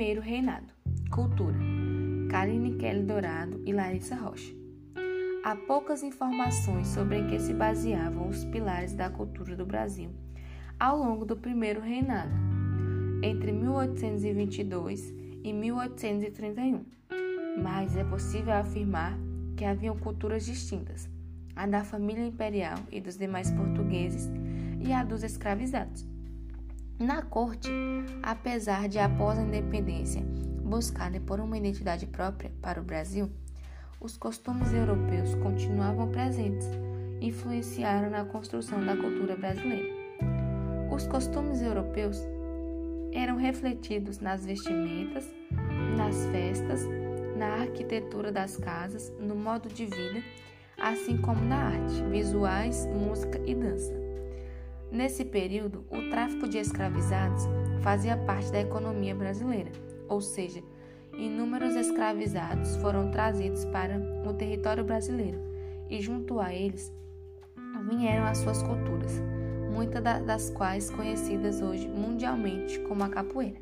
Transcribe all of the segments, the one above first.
primeiro reinado. Cultura. Karine Kelly Dourado e Larissa Rocha. Há poucas informações sobre em que se baseavam os pilares da cultura do Brasil ao longo do primeiro reinado, entre 1822 e 1831, mas é possível afirmar que haviam culturas distintas, a da família imperial e dos demais portugueses e a dos escravizados. Na corte, apesar de após a independência buscarem por uma identidade própria para o Brasil, os costumes europeus continuavam presentes e influenciaram na construção da cultura brasileira. Os costumes europeus eram refletidos nas vestimentas, nas festas, na arquitetura das casas, no modo de vida, assim como na arte, visuais, música e dança. Nesse período, o tráfico de escravizados fazia parte da economia brasileira, ou seja, inúmeros escravizados foram trazidos para o território brasileiro e junto a eles vieram as suas culturas, muitas das quais conhecidas hoje mundialmente como a capoeira.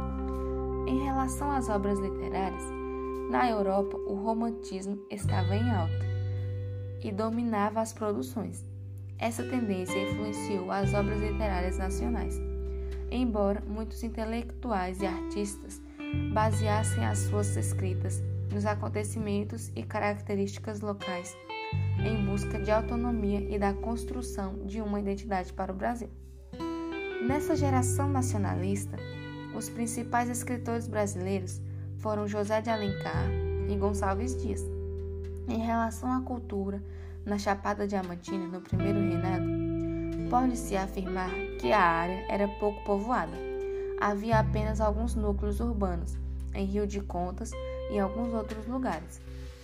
Em relação às obras literárias, na Europa o romantismo estava em alta e dominava as produções. Essa tendência influenciou as obras literárias nacionais, embora muitos intelectuais e artistas baseassem as suas escritas nos acontecimentos e características locais em busca de autonomia e da construção de uma identidade para o Brasil. Nessa geração nacionalista, os principais escritores brasileiros foram José de Alencar e Gonçalves Dias. Em relação à cultura, na Chapada Diamantina, no primeiro reinado, pode-se afirmar que a área era pouco povoada. Havia apenas alguns núcleos urbanos, em Rio de Contas e em alguns outros lugares.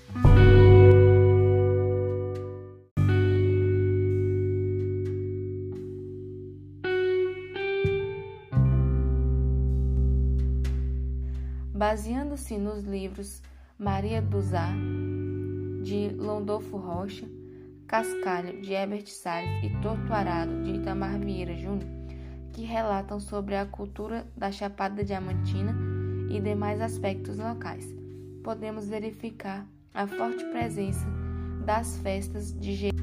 Baseando-se nos livros Maria do Zá, de Londolfo Rocha, Cascalho, de Herbert Salles e Torto Arado, de Itamar Vieira Júnior, que relatam sobre a cultura da Chapada Diamantina e demais aspectos locais, podemos verificar a forte presença das festas de